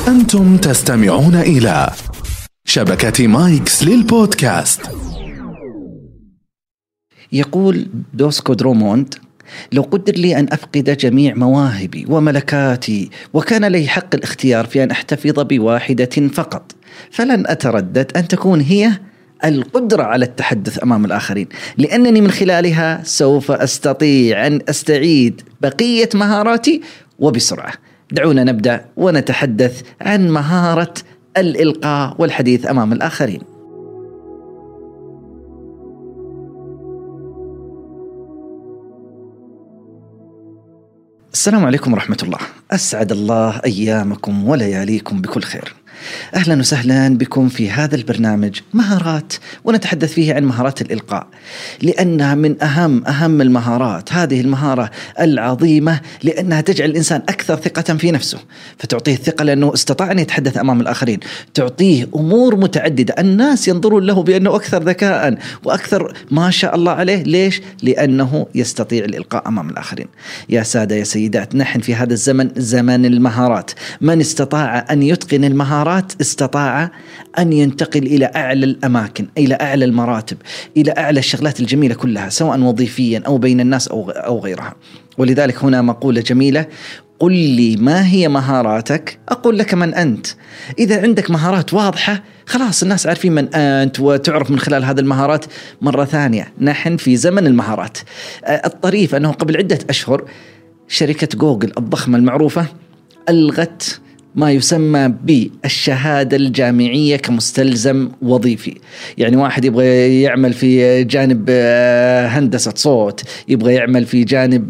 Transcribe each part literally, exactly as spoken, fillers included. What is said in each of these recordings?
أنتم تستمعون إلى شبكة مايكس للبودكاست. يقول دوسكو دروموند: لو قدر لي أن أفقد جميع مواهبي وملكاتي وكان لي حق الاختيار في أن أحتفظ بواحدة فقط، فلن أتردد أن تكون هي القدرة على التحدث أمام الآخرين، لأنني من خلالها سوف أستطيع أن أستعيد بقية مهاراتي وبسرعة. دعونا نبدأ ونتحدث عن مهارة الإلقاء والحديث أمام الآخرين. السلام عليكم ورحمة الله، أسعد الله أيامكم ولياليكم بكل خير. أهلا وسهلا بكم في هذا البرنامج مهارات، ونتحدث فيه عن مهارات الإلقاء، لأنها من أهم أهم المهارات. هذه المهارة العظيمة لأنها تجعل الإنسان أكثر ثقة في نفسه، فتعطيه الثقة لأنه استطاع أن يتحدث أمام الآخرين، تعطيه أمور متعددة، الناس ينظرون له بأنه أكثر ذكاء وأكثر ما شاء الله عليه. ليش؟ لأنه يستطيع الإلقاء أمام الآخرين. يا سادة يا سيدات، نحن في هذا الزمن زمن المهارات. من استطاع أن يتقن المهارات استطاع أن ينتقل إلى أعلى الأماكن، إلى أعلى المراتب، إلى أعلى الشغلات الجميلة كلها، سواء وظيفيا أو بين الناس أو أو غيرها. ولذلك هنا مقولة جميلة: قل لي ما هي مهاراتك أقول لك من أنت. إذا عندك مهارات واضحة خلاص الناس عارفين من أنت وتعرف من خلال هذه المهارات. مرة ثانية، نحن في زمن المهارات. الطريف أنه قبل عدة أشهر شركة جوجل الضخمة المعروفة ألغت ما يسمى بالشهادة الجامعية كمستلزم وظيفي. يعني واحد يبغى يعمل في جانب هندسة صوت، يبغى يعمل في جانب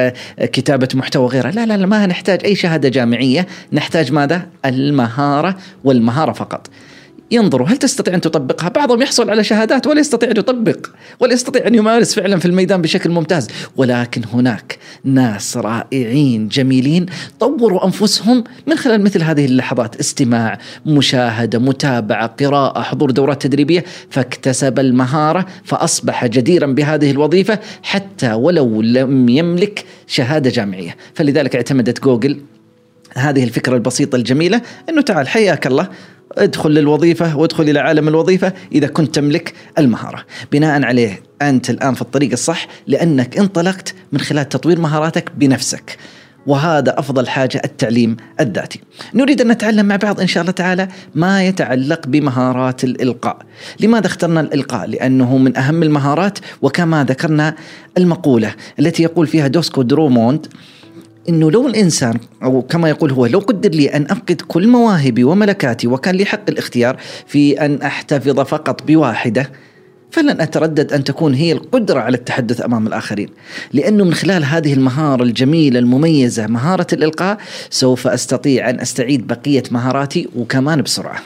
كتابة محتوى غيره، لا لا لا، ما نحتاج أي شهادة جامعية، نحتاج ماذا؟ المهارة، والمهارة فقط. ينظروا هل تستطيع أن تطبقها. بعضهم يحصل على شهادات ولا يستطيع أن يطبق ولا يستطيع أن يمارس فعلا في الميدان بشكل ممتاز. ولكن هناك ناس رائعين جميلين طوروا أنفسهم من خلال مثل هذه اللحظات: استماع، مشاهدة، متابعة، قراءة، حضور دورات تدريبية، فاكتسب المهارة فأصبح جديرا بهذه الوظيفة حتى ولو لم يملك شهادة جامعية. فلذلك اعتمدت جوجل هذه الفكرة البسيطة الجميلة أنه تعال حياك الله، ادخل للوظيفة وادخل إلى عالم الوظيفة إذا كنت تملك المهارة. بناء عليه أنت الآن في الطريق الصح، لأنك انطلقت من خلال تطوير مهاراتك بنفسك، وهذا أفضل حاجة، التعليم الذاتي. نريد أن نتعلم مع بعض إن شاء الله تعالى ما يتعلق بمهارات الإلقاء. لماذا اخترنا الإلقاء؟ لأنه من أهم المهارات، وكما ذكرنا المقولة التي يقول فيها دوسكو دروموند إنه لو الإنسان، أو كما يقول هو، لو قدر لي أن أفقد كل مواهبي وملكاتي وكان لي حق الاختيار في أن أحتفظ فقط بواحدة، فلن أتردد أن تكون هي القدرة على التحدث أمام الآخرين، لأنه من خلال هذه المهارة الجميلة المميزة، مهارة الإلقاء، سوف أستطيع أن أستعيد بقية مهاراتي وكمان بسرعة.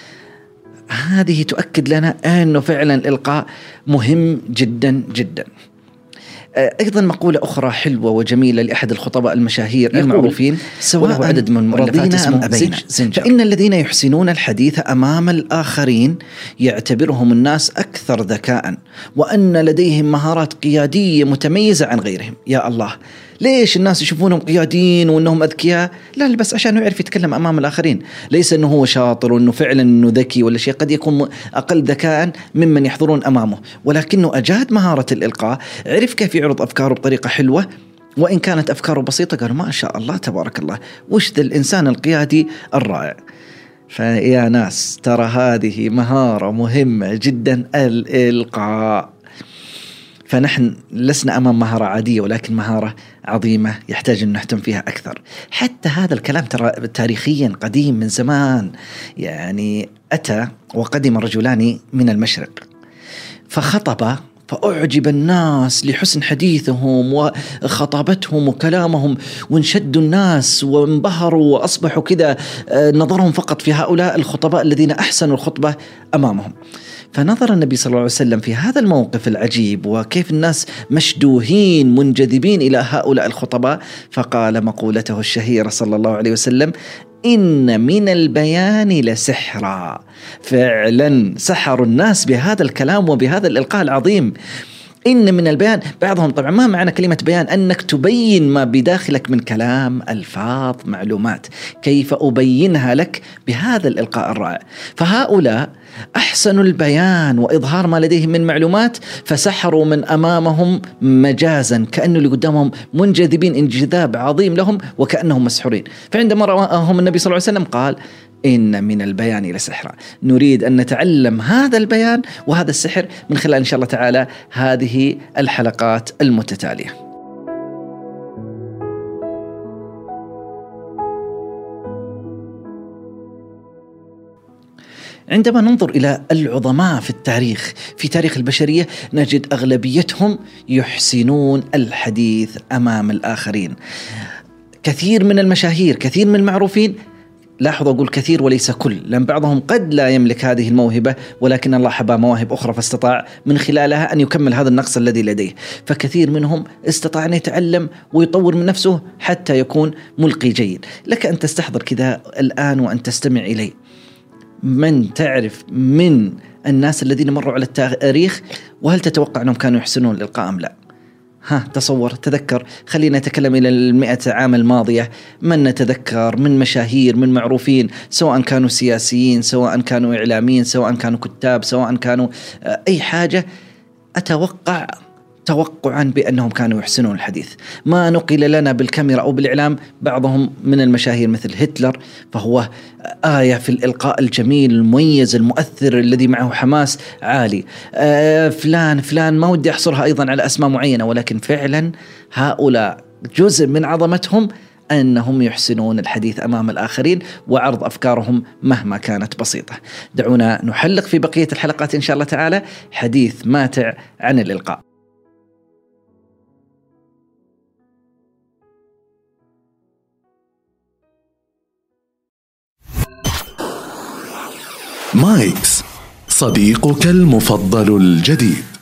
هذه تؤكد لنا أنه فعلا الإلقاء مهم جدا جدا. أيضا مقولة أخرى حلوة وجميلة لأحد الخطباء المشاهير المعروفين، سواء عدد من المؤلفات اسمه زنجر: فإن الذين يحسنون الحديث أمام الآخرين يعتبرهم الناس أكثر ذكاء، وأن لديهم مهارات قيادية متميزة عن غيرهم. يا الله، ليش الناس يشوفونهم قيادين وأنهم أذكياء؟ لا، بس عشان يعرف يتكلم أمام الآخرين، ليس أنه هو شاطر وأنه فعلا أنه ذكي ولا شيء، قد يكون أقل ذكاء ممن يحضرون أمامه، ولكنه أجاد مهارة الإلقاء، عرف كيف يعرض أفكاره بطريقة حلوة، وإن كانت أفكاره بسيطة قالوا ما شاء الله تبارك الله، وش ذا الإنسان القيادي الرائع. فيا ناس، ترى هذه مهارة مهمة جدا، الإلقاء. فنحن لسنا أمام مهارة عادية، ولكن مهارة عظيمة يحتاج أن نهتم فيها أكثر. حتى هذا الكلام ترى تاريخيا قديم من زمان. يعني أتى وقدم رجلان من المشرق فخطب، فأعجب الناس لحسن حديثهم وخطابتهم وكلامهم، وانشدوا الناس وانبهروا وأصبحوا كذا نظرهم فقط في هؤلاء الخطباء الذين أحسنوا الخطبة أمامهم. فنظر النبي صلى الله عليه وسلم في هذا الموقف العجيب، وكيف الناس مشدوهين منجذبين إلى هؤلاء الخطباء، فقال مقولته الشهيرة صلى الله عليه وسلم: إن من البيان لسحرا. فعلا سحروا الناس بهذا الكلام وبهذا الإلقاء العظيم. إن من البيان، بعضهم طبعا ما معنى كلمة بيان؟ أنك تبين ما بداخلك من كلام، ألفاظ، معلومات، كيف أبينها لك بهذا الإلقاء الرائع. فهؤلاء أحسنوا البيان وإظهار ما لديهم من معلومات، فسحروا من أمامهم مجازا، كأنه اللي قدامهم منجذبين انجذاب عظيم لهم وكأنهم مسحورين. فعندما رآهم النبي صلى الله عليه وسلم قال: إن من البيان لسحرا. نريد أن نتعلم هذا البيان وهذا السحر من خلال إن شاء الله تعالى هذه الحلقات المتتالية. عندما ننظر إلى العظماء في التاريخ، في تاريخ البشرية، نجد أغلبيتهم يحسنون الحديث أمام الآخرين. كثير من المشاهير، كثير من المعروفين، لاحظوا أقول كثير وليس كل، لأن بعضهم قد لا يملك هذه الموهبة، ولكن الله حبى مواهب أخرى فاستطاع من خلالها أن يكمل هذا النقص الذي لديه. فكثير منهم استطاع أن يتعلم ويطور من نفسه حتى يكون ملقي جيد. لك أن تستحضر كذا الآن وأن تستمع إلي، من تعرف من الناس الذين مروا على التاريخ وهل تتوقع أنهم كانوا يحسنون الإلقاء أم لا؟ ها، تصور، تذكر، خلينا نتكلم إلى المئة عام الماضية، من نتذكر من مشاهير، من معروفين، سواء كانوا سياسيين، سواء كانوا إعلاميين، سواء كانوا كتاب، سواء كانوا أي حاجة، أتوقع توقعا بأنهم كانوا يحسنون الحديث. ما نقل لنا بالكاميرا أو بالإعلام بعضهم من المشاهير مثل هتلر، فهو آية في الإلقاء الجميل المميز المؤثر الذي معه حماس عالي. آه فلان فلان ما ودي أحصرها أيضا على أسماء معينة، ولكن فعلا هؤلاء جزء من عظمتهم أنهم يحسنون الحديث أمام الآخرين وعرض أفكارهم مهما كانت بسيطة. دعونا نحلق في بقية الحلقات إن شاء الله تعالى حديث ماتع عن الإلقاء. مايكس، صديقك المفضل الجديد.